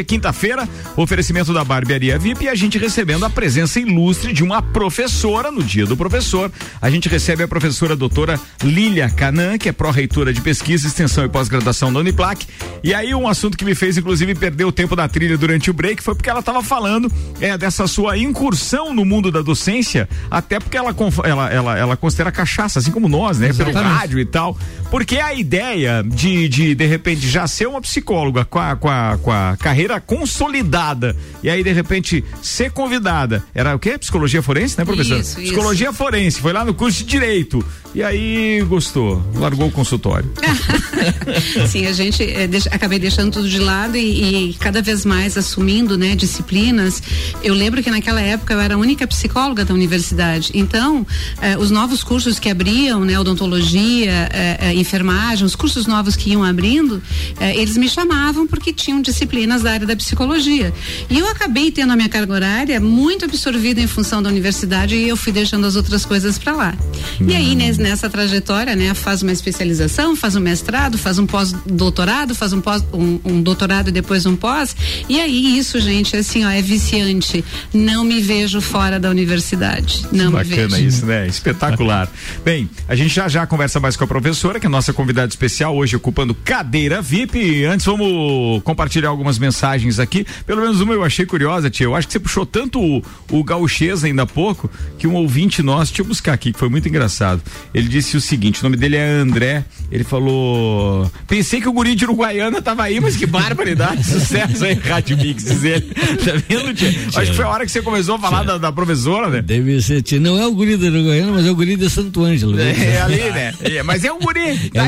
quinta-feira, oferecimento da Barbearia VIP e a gente recebendo a presença ilustre de uma professora no Dia do Professor. A gente recebe a professora doutora Lília Canan, que é pró-reitora de pesquisa, extensão e pós-graduação da Uniplac. E aí um assunto que me fez inclusive perder o tempo da trilha durante o break foi porque ela estava falando dessa sua incursão no mundo da docência, até porque ela considera cachaça, assim como nós, né? Exatamente. Pelo rádio e tal. Porque a ideia de repente já ser uma psicóloga com a carreira consolidada e aí de repente ser convidada, era o quê? Psicologia forense, né, professor? Isso. Psicologia forense, foi lá no curso de Direito e aí gostou, largou o consultório. Sim, a gente acabei deixando tudo de lado e cada vez mais assumindo, né, disciplinas. Eu lembro que naquela época eu era a única psicóloga da universidade, então os novos cursos que abriam, né, odontologia, enfermagem, os cursos novos que iam abrindo, eles me chamavam porque tinham disciplinas da área da psicologia. E eu acabei tendo a minha carga horária muito absorvida em função da universidade e eu fui deixando as outras coisas para lá. E aí, nessa trajetória, né, faz uma especialização, faz um mestrado, faz um pós-doutorado, faz um doutorado e depois um pós. E aí, isso, gente, assim, é viciante. Não me vejo fora da universidade. Não me vejo. Bacana isso, né? Espetacular. Bem, a gente já conversa mais com a professora, que é nossa convidada especial hoje, ocupando cadeira VIP. Antes, vamos compartilhar algumas mensagens aqui. Pelo menos uma eu achei curiosa, tia. Eu acho que você puxou tanto o gauchês ainda há pouco, que um ouvinte nosso, deixa eu buscar aqui, que foi muito engraçado. Ele disse o seguinte, o nome dele é André, ele falou, pensei que o guri de Uruguaiana tava aí, mas que barbaridade, sucesso aí, Rádio Mix, diz ele. Tá vendo, tia? Acho que foi a hora que você começou a falar da professora, né? Deve ser, tia. Não é o guri de Uruguaiana, mas é o guri de Santo Ângelo. É ali, né? Mas é um guri. Tá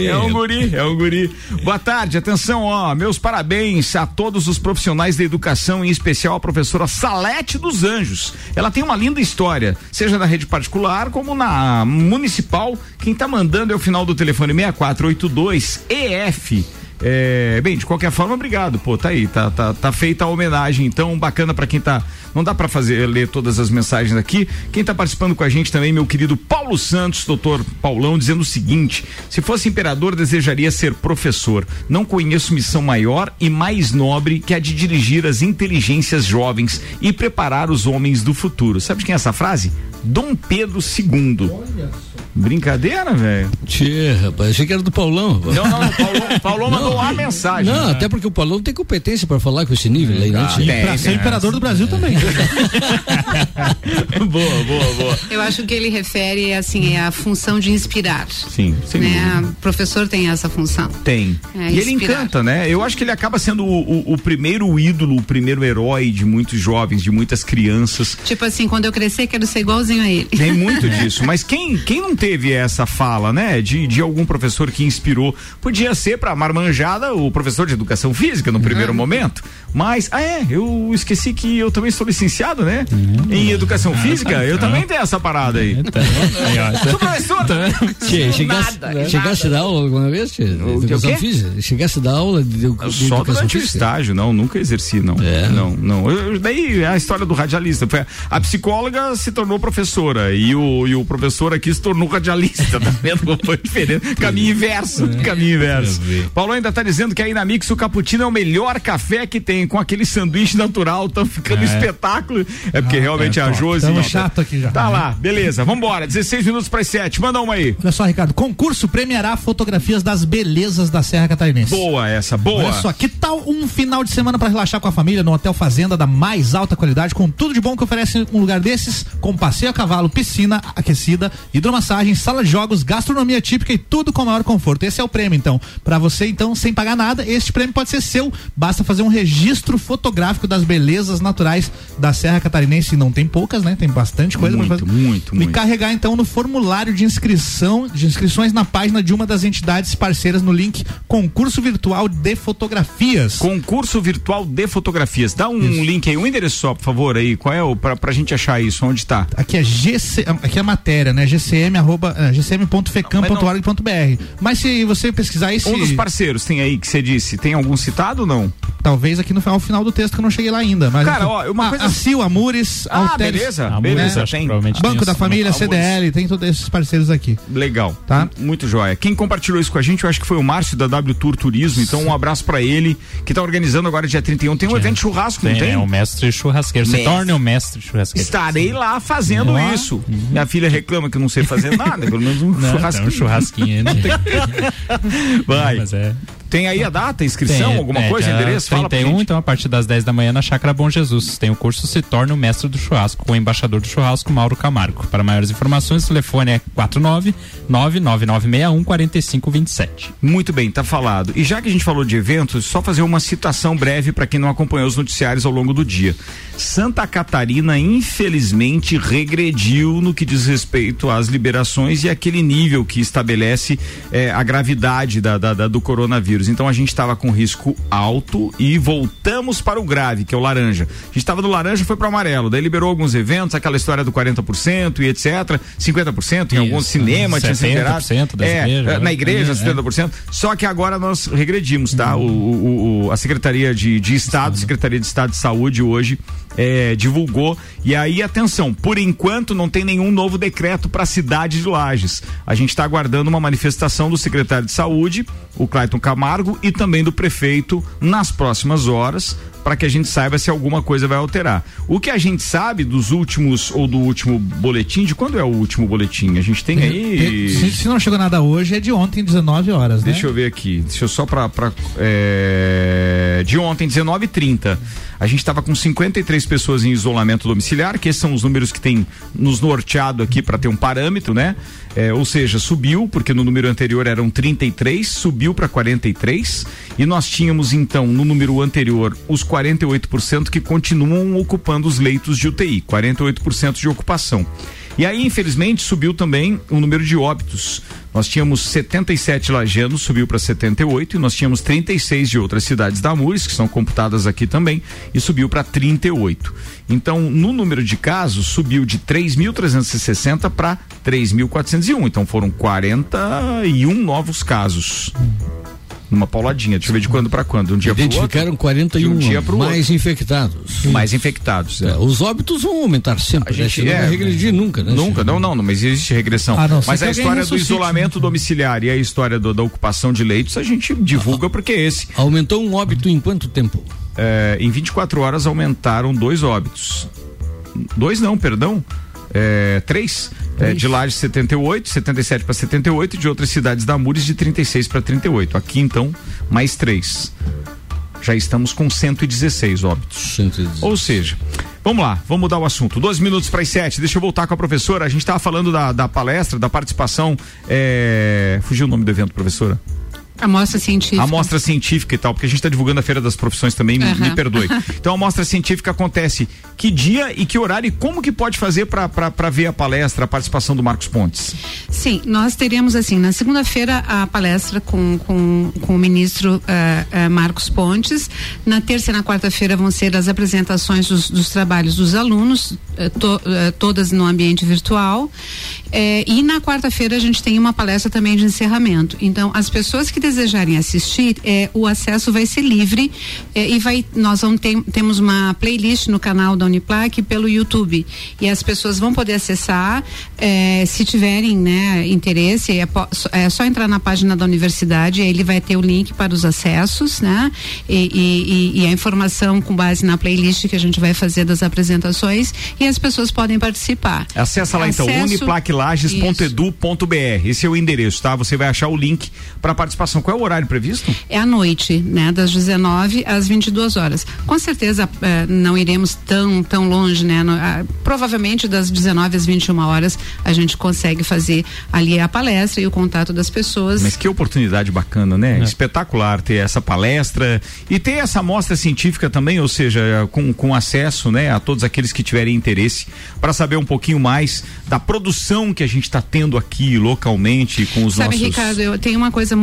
é um guri. Boa tarde, atenção, meus parabéns a todos os profissionais da educação, em especial a professora Salete dos Anjos. Ela tem uma linda história, seja na rede particular como na municipal. Quem tá mandando é o final do telefone 6482 EF. Bem, de qualquer forma, obrigado, tá aí, tá feita a homenagem, então bacana pra quem não dá pra ler todas as mensagens aqui. Quem tá participando com a gente também, meu querido Paulo Santos, doutor Paulão, dizendo o seguinte: se fosse imperador, desejaria ser professor. Não conheço missão maior e mais nobre que a de dirigir as inteligências jovens e preparar os homens do futuro. Sabe de quem é essa frase? Dom Pedro II. Olha só. Brincadeira, velho? Tchê, rapaz, achei que era do Paulão. Não, Paulão mandou a mensagem. Não, até porque o Paulão tem competência pra falar com esse nível aí, né? Pra ser imperador do Brasil também. Boa. Eu acho que ele refere, assim, a função de inspirar. Sim, né? O professor tem essa função. Tem. E ele encanta, né? Eu acho que ele acaba sendo o primeiro ídolo, o primeiro herói de muitos jovens, de muitas crianças. Tipo assim, quando eu crescer, quero ser igualzinho a ele. Tem muito disso, mas quem não teve essa fala, né? De algum professor que inspirou, podia ser pra marmanjada o professor de educação física no primeiro momento, mas, eu esqueci que eu também sou licenciado, né? Em educação física, eu também tenho essa parada aí. Sou professor. Chegasse a dar aula alguma vez, tia? Educação física? Chegasse a dar aula de só durante o estágio, não, nunca exerci, não. Não. Daí a história do radialista, a psicóloga se tornou professora e o professor aqui se tornou radialista, tá vendo como foi diferente? Caminho inverso. Paulo ainda tá dizendo que aí na Mix o cappuccino é o melhor café que tem, com aquele sanduíche natural, tão ficando espetáculo. É porque realmente a Josi... Estamos chato aqui já. Tá lá, beleza, vambora, 16 minutos para as 7, manda uma aí. Olha só, Ricardo, concurso premiará fotografias das belezas da Serra Catarinense. Boa essa, boa. Olha só, que tal um final de semana para relaxar com a família no Hotel Fazenda da mais alta qualidade, com tudo de bom que oferece um lugar desses, com passeio a cavalo, piscina aquecida, hidromassagem, sala de jogos, gastronomia típica e tudo com maior conforto. Esse é o prêmio, então. Para você, então, sem pagar nada, este prêmio pode ser seu. Basta fazer um registro fotográfico das belezas naturais da Serra Catarinense. Não tem poucas, né? Tem bastante coisa para fazer. Muito. E carregar, então, no formulário de inscrições na página de uma das entidades parceiras no link Concurso Virtual de Fotografias. Concurso Virtual de Fotografias. Dá um link aí, um endereço só, por favor, aí. Qual é pra gente achar isso? Onde tá? Aqui é aqui é a matéria, né? gcm.fecam.org.br. Mas se você pesquisar esse... Um dos parceiros tem aí que você disse, tem algum citado ou não? Talvez aqui ao final do texto que eu não cheguei lá ainda. Mas cara, ó, uma coisa... A CIL, Amures, Alteres, beleza, tem Banco da Família, CDL, tem todos esses parceiros aqui. Legal, tá? Muito joia. Quem compartilhou isso com a gente, eu acho que foi o Márcio da W Tour Turismo, então um abraço pra ele, que tá organizando agora dia 31, tem um evento churrasco, não tem? É o mestre churrasqueiro, se torne o mestre churrasqueiro. Estarei lá fazendo isso. Minha filha reclama que eu não sei fazer nada, pelo menos um churrasquinho. Não tem. Vai. Mas tem aí a data, inscrição, alguma coisa, endereço? 31, então a partir das 10 da manhã na Chácara Bom Jesus. Tem o curso Se Torna o Mestre do Churrasco com o embaixador do churrasco, Mauro Camargo. Para maiores informações, o telefone é 49999614527. Muito bem, tá falado. E já que a gente falou de eventos, só fazer uma citação breve para quem não acompanhou os noticiários ao longo do dia. Santa Catarina, infelizmente, regrediu no que diz respeito às liberações e aquele nível que estabelece a gravidade do coronavírus. Então a gente estava com risco alto e voltamos para o grave, que é o laranja. A gente estava do laranja e foi para o amarelo. Daí liberou alguns eventos, aquela história do 40% e etc. 50% em algum cinema tinha sido liberado. 70% das igrejas. Na igreja, 70%. Só que agora nós regredimos, tá? A Secretaria de Estado, Secretaria de Estado de Saúde hoje divulgou. E aí, atenção, por enquanto não tem nenhum novo decreto para a cidade de Lages. A gente está aguardando uma manifestação do secretário de Saúde, o Clayton Camargo, e também do prefeito nas próximas horas, para que a gente saiba se alguma coisa vai alterar. O que a gente sabe dos últimos, ou do último boletim, de quando é o último boletim? A gente tem aí... Se não chegou nada hoje, é de ontem, 19 horas, né? Deixa eu ver aqui, de ontem, 19h30. A gente estava com 53 pessoas em isolamento domiciliar, que esses são os números que tem nos norteado aqui para ter um parâmetro, né? Ou seja, subiu, porque no número anterior eram 33, subiu para 43, e nós tínhamos então no número anterior os 48% que continuam ocupando os leitos de UTI, 48% de ocupação. E aí, infelizmente, subiu também o número de óbitos. Nós tínhamos 77 lajanos, subiu para 78, e nós tínhamos 36 de outras cidades da Amures, que são computadas aqui também, e subiu para 38. Então, no número de casos, subiu de 3.360 para 3.401. Então, foram 41 novos casos. Numa pauladinha, deixa eu ver de quando para quando. Um dia identificaram 41 mais infectados. Mais infectados. Os óbitos vão aumentar sempre. A gente não vai regredir nunca, né? Nunca, não, mas existe regressão. Mas a história do isolamento domiciliar e a história da ocupação de leitos, a gente divulga porque é esse. Aumentou um óbito em quanto tempo? Em 24 horas aumentaram 2 óbitos. 2 não, perdão. 3, de Lages 78, 77 para 78, de outras cidades da Amures de 36 para 38. Aqui então, mais 3. Já estamos com 116 óbitos. 116. Ou seja, vamos lá, vamos mudar o assunto. 12 minutos para as 7, deixa eu voltar com a professora. A gente estava falando da palestra, da participação. Fugiu o nome do evento, professora? Amostra científica. Amostra científica e tal, porque a gente está divulgando a Feira das Profissões também, me perdoe. Então a amostra científica acontece que dia e que horário e como que pode fazer para ver a palestra, a participação do Marcos Pontes? Sim, nós teremos assim, na segunda-feira a palestra com o ministro Marcos Pontes, na terça e na quarta-feira vão ser as apresentações dos trabalhos dos alunos, todas no ambiente virtual, e na quarta-feira a gente tem uma palestra também de encerramento. Então as pessoas que desejarem assistir, o acesso vai ser livre e nós temos uma playlist no canal da Uniplac pelo YouTube e as pessoas vão poder acessar, se tiverem, né, interesse, é só entrar na página da universidade, aí ele vai ter o link para os acessos, né, e a informação com base na playlist que a gente vai fazer das apresentações, e as pessoas podem participar. Acessa lá então, uniplaclages.edu.br, esse é o endereço, tá? Você vai achar o link para participação. Qual é o horário previsto? É à noite, né? Das 19 às 22 horas. Com certeza não iremos tão longe, né? Provavelmente das 19 às 21 horas a gente consegue fazer ali a palestra e o contato das pessoas. Mas que oportunidade bacana, né? Espetacular ter essa palestra e ter essa amostra científica também, ou seja, com acesso, né, a todos aqueles que tiverem interesse, para saber um pouquinho mais da produção que a gente está tendo aqui localmente com os nossos... Sabe, Ricardo, eu tenho uma coisa muito interessante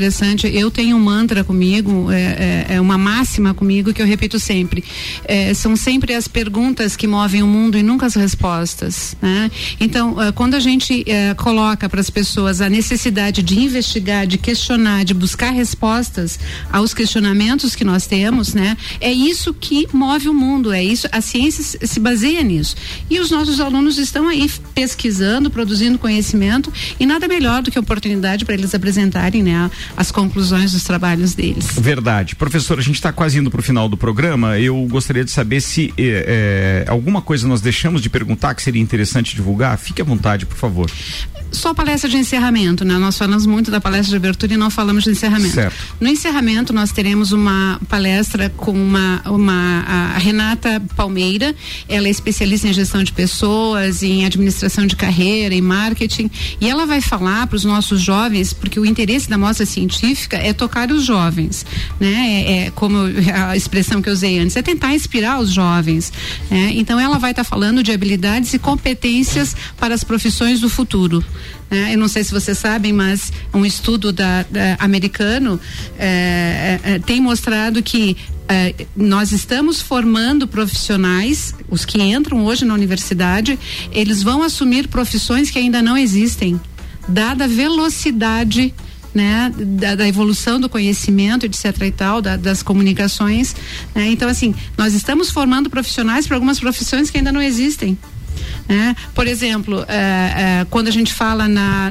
interessante. Eu tenho um mantra comigo, é uma máxima comigo que eu repito sempre. São sempre as perguntas que movem o mundo e nunca as respostas, né? Então, quando a gente coloca para as pessoas a necessidade de investigar, de questionar, de buscar respostas aos questionamentos que nós temos, né? É isso que move o mundo, é isso, a ciência se baseia nisso. E os nossos alunos estão aí pesquisando, produzindo conhecimento, e nada melhor do que a oportunidade para eles apresentarem, né, as conclusões dos trabalhos deles. Verdade. Professor, a gente está quase indo para o final do programa. Eu gostaria de saber se alguma coisa nós deixamos de perguntar que seria interessante divulgar. Fique à vontade, por favor. Só a palestra de encerramento, né? Nós falamos muito da palestra de abertura e não falamos de encerramento. Certo. No encerramento nós teremos uma palestra com a Renata Palmeira. Ela é especialista em gestão de pessoas, em administração de carreira, em marketing, e ela vai falar para os nossos jovens, porque o interesse da mostra científica é tocar os jovens, né? Como a expressão que eu usei antes, é tentar inspirar os jovens, né? Então ela vai estar falando de habilidades e competências para as profissões do futuro. Eu não sei se vocês sabem, mas um estudo americano tem mostrado que nós estamos formando profissionais, os que entram hoje na universidade, eles vão assumir profissões que ainda não existem, dada a velocidade, né, da evolução do conhecimento, etc. e tal, das comunicações, né? Então, assim, nós estamos formando profissionais para algumas profissões que ainda não existem. Por exemplo, quando a gente fala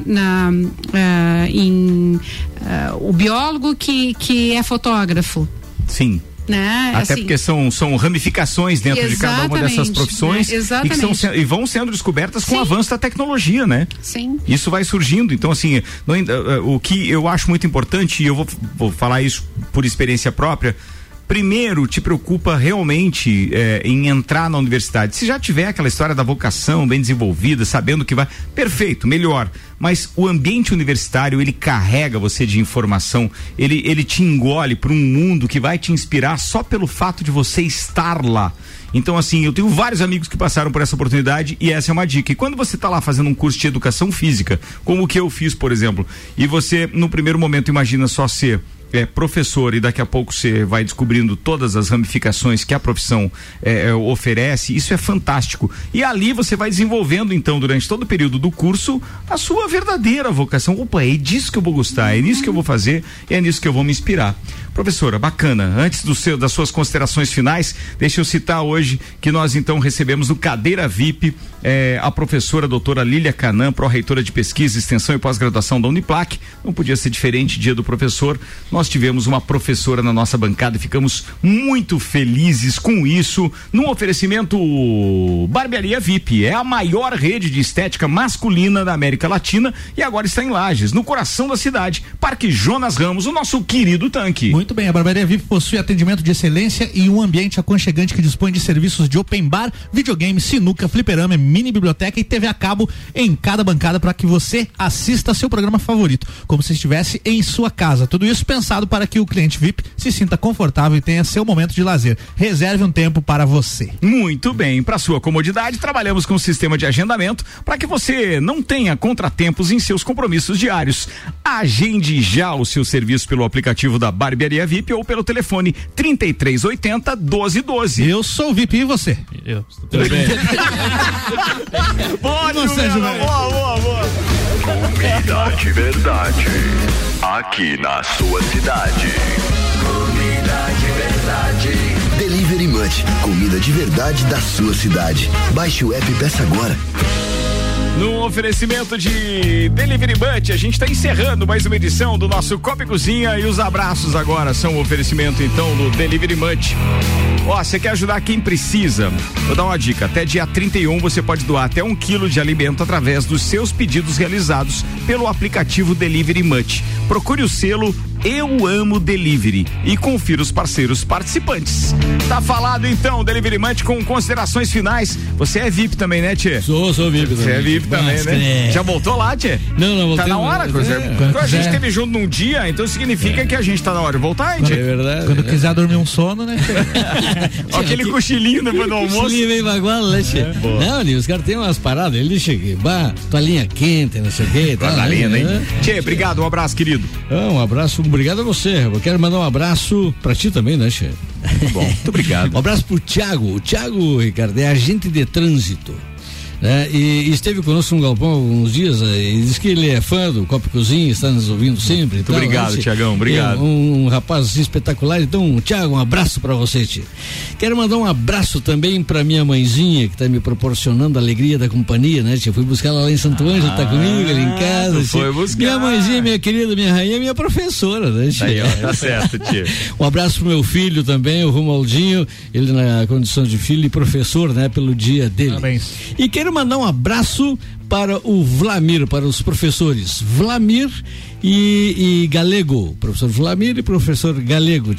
o biólogo que é fotógrafo. Sim. Né? Até assim, porque são ramificações dentro de cada uma dessas profissões, né? E vão sendo descobertas com o avanço da tecnologia, né? Sim. Isso vai surgindo. Então, assim, o que eu acho muito importante, e eu vou falar isso por experiência própria. Primeiro, te preocupa realmente em entrar na universidade. Se já tiver aquela história da vocação bem desenvolvida, sabendo que vai, perfeito, melhor. Mas o ambiente universitário, ele carrega você de informação, ele te engole para um mundo que vai te inspirar só pelo fato de você estar lá. Então, assim, eu tenho vários amigos que passaram por essa oportunidade e essa é uma dica. E quando você está lá fazendo um curso de educação física, como o que eu fiz, por exemplo, e você, no primeiro momento, imagina só ser professor e daqui a pouco você vai descobrindo todas as ramificações que a profissão oferece, isso é fantástico. E ali você vai desenvolvendo, então, durante todo o período do curso, a sua verdadeira vocação. Opa, é disso que eu vou gostar, é nisso que eu vou fazer, é nisso que eu vou me inspirar. Professora, bacana. Antes das suas considerações finais, deixa eu citar hoje que nós então recebemos no Cadeira VIP a professora doutora Lília Canã, pró-reitora de pesquisa, extensão e pós-graduação da Uniplac. Não podia ser diferente, dia do professor. Nós tivemos uma professora na nossa bancada e ficamos muito felizes com isso, num oferecimento Barbearia VIP. É a maior rede de estética masculina da América Latina e agora está em Lages, no coração da cidade. Parque Jonas Ramos, o nosso querido tanque. Muito bem, a Barbearia VIP possui atendimento de excelência e um ambiente aconchegante que dispõe de serviços de open bar, videogame, sinuca, fliperama, mini biblioteca e TV a cabo em cada bancada para que você assista seu programa favorito, como se estivesse em sua casa. Tudo isso pensado para que o cliente VIP se sinta confortável e tenha seu momento de lazer. Reserve um tempo para você. Muito bem, para sua comodidade, trabalhamos com um sistema de agendamento para que você não tenha contratempos em seus compromissos diários. Agende já o seu serviço pelo aplicativo da Barbearia VIP ou pelo telefone 3380-1212. Eu sou o VIP e você? Eu. Tudo bem. Boa, boa. Comida de verdade. Aqui na sua cidade. Comida de verdade. Delivery Munch. Comida de verdade da sua cidade. Baixe o app e peça agora. No oferecimento de Delivery Munch, a gente está encerrando mais uma edição do nosso Copa e Cozinha e os abraços agora são o oferecimento então do Delivery Munch. Você quer ajudar quem precisa? Vou dar uma dica, até dia 31 você pode doar até 1 quilo de alimento através dos seus pedidos realizados pelo aplicativo Delivery Munch. Procure o selo Eu Amo Delivery e confira os parceiros participantes. Tá falado então, Delivery Munch, com considerações finais. Você é VIP também, né, Tchê? Sou VIP. Você é VIP também, né? Já voltou lá, Tchê? Não voltei. Tá na hora, Cruzeiro. A gente esteve junto num dia, então significa que a gente tá na hora de voltar, hein, Tchê? É verdade. Quando quiser dormir um sono, né? Ó, aquele cochilinho depois do almoço. Cochilinho meio bagual, né, Tchê? Não, os caras têm umas paradas, ele chega, toalhinha quente, não sei o quê. Tá linda, hein? Tchê, obrigado, um abraço, querido. Um abraço, obrigado a você. Eu quero mandar um abraço pra ti também, né, Tchê? Bom, muito obrigado. Um abraço pro Thiago. O Thiago, Ricardo, é agente de trânsito. Né? E esteve conosco no galpão há alguns dias e diz que ele é fã do Copa Cozinha, está nos ouvindo sempre. Muito obrigado, Tiagão, obrigado. Um rapaz assim, espetacular. Então, Tiago, um abraço para você, tia. Quero mandar um abraço também para minha mãezinha, que está me proporcionando a alegria da companhia, né, tia? Fui buscar ela lá em Santo Ângelo, tá comigo ali em casa. Foi buscar. Minha mãezinha, minha querida, minha rainha, minha professora, né, tia? Aí, ó, tá certo, tia. Um abraço pro meu filho também, o Romualdinho, ele na condição de filho e professor, né, pelo dia dele. Parabéns. E quero mandar um abraço para o Vlamir, para os professores Vlamir e Galego, professor Vlamir e professor Galego,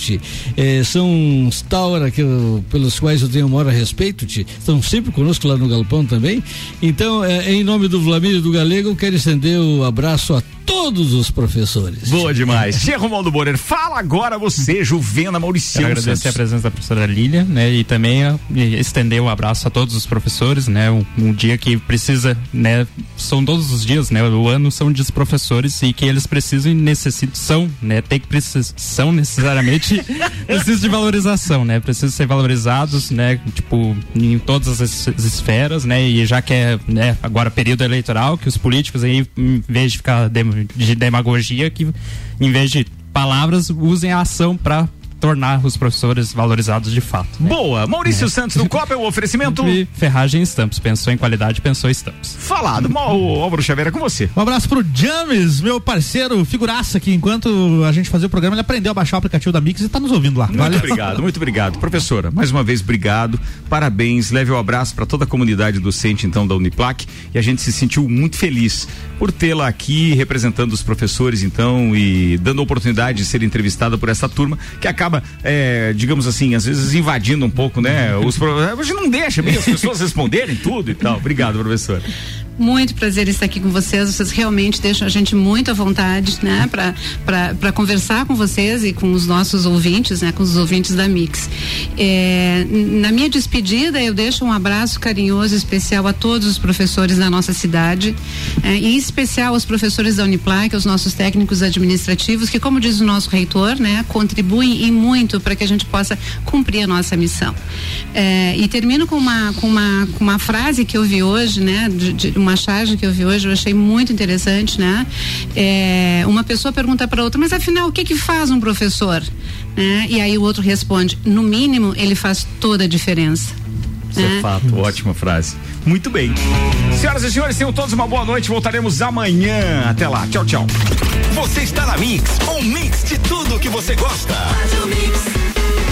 são Staura pelos quais eu tenho o maior respeito, estão sempre conosco lá no galpão também. Então, em nome do Vlamir e do Galego, eu quero estender o abraço a todos os professores. Boa demais. Tia Romualdo Borer, fala agora você, Juvena Mauriciano. Quero agradecer a presença da professora Lília, né, e também estender um abraço a todos os professores, né, um dia que precisa, né, são todos os dias, né, o ano são dias professores e que eles precisam e necessitam, né, são necessariamente precisam de valorização, né, precisam ser valorizados, né, tipo, em todas as esferas, né, e já que é, né, agora período eleitoral, que os políticos aí, em vez de ficar de demagogia, que em vez de palavras, usem a ação para tornar os professores valorizados de fato. Né? Boa! Maurício Santos do Copa, o oferecimento. E Ferragem Estampos. Pensou em qualidade, pensou em Estampos. Falado. Álvaro Xavier, é com você. Um abraço pro James, meu parceiro, figuraça, que enquanto a gente fazia o programa, ele aprendeu a baixar o aplicativo da Mix e tá nos ouvindo lá. Muito obrigado, muito obrigado. Professora, mais uma vez, obrigado. Parabéns. Leve um abraço para toda a comunidade docente, então, da Uniplac. E a gente se sentiu muito feliz por tê-la aqui representando os professores, então, e dando a oportunidade de ser entrevistada por essa turma que acaba, digamos assim, às vezes invadindo um pouco, né? A gente não deixa bem as pessoas responderem tudo e tal. Obrigado, professor. Muito prazer estar aqui com vocês realmente deixam a gente muito à vontade, né, para conversar com vocês e com os nossos ouvintes, né, com os ouvintes da Mix. Na minha despedida, eu deixo um abraço carinhoso, especial a todos os professores da nossa cidade, e em especial aos professores da Uniplac, aos nossos técnicos administrativos, que, como diz o nosso reitor, né, contribuem e muito para que a gente possa cumprir a nossa missão. E termino com uma frase que eu vi hoje, né, de uma charge que eu vi hoje, eu achei muito interessante, né? Uma pessoa pergunta para outra, mas afinal, o que faz um professor? E aí o outro responde, no mínimo, ele faz toda a diferença. Isso é fato, ótima frase. Muito bem. Senhoras e senhores, tenham todos uma boa noite, voltaremos amanhã. Até lá, tchau, tchau. Você está na Mix, um mix de tudo que você gosta.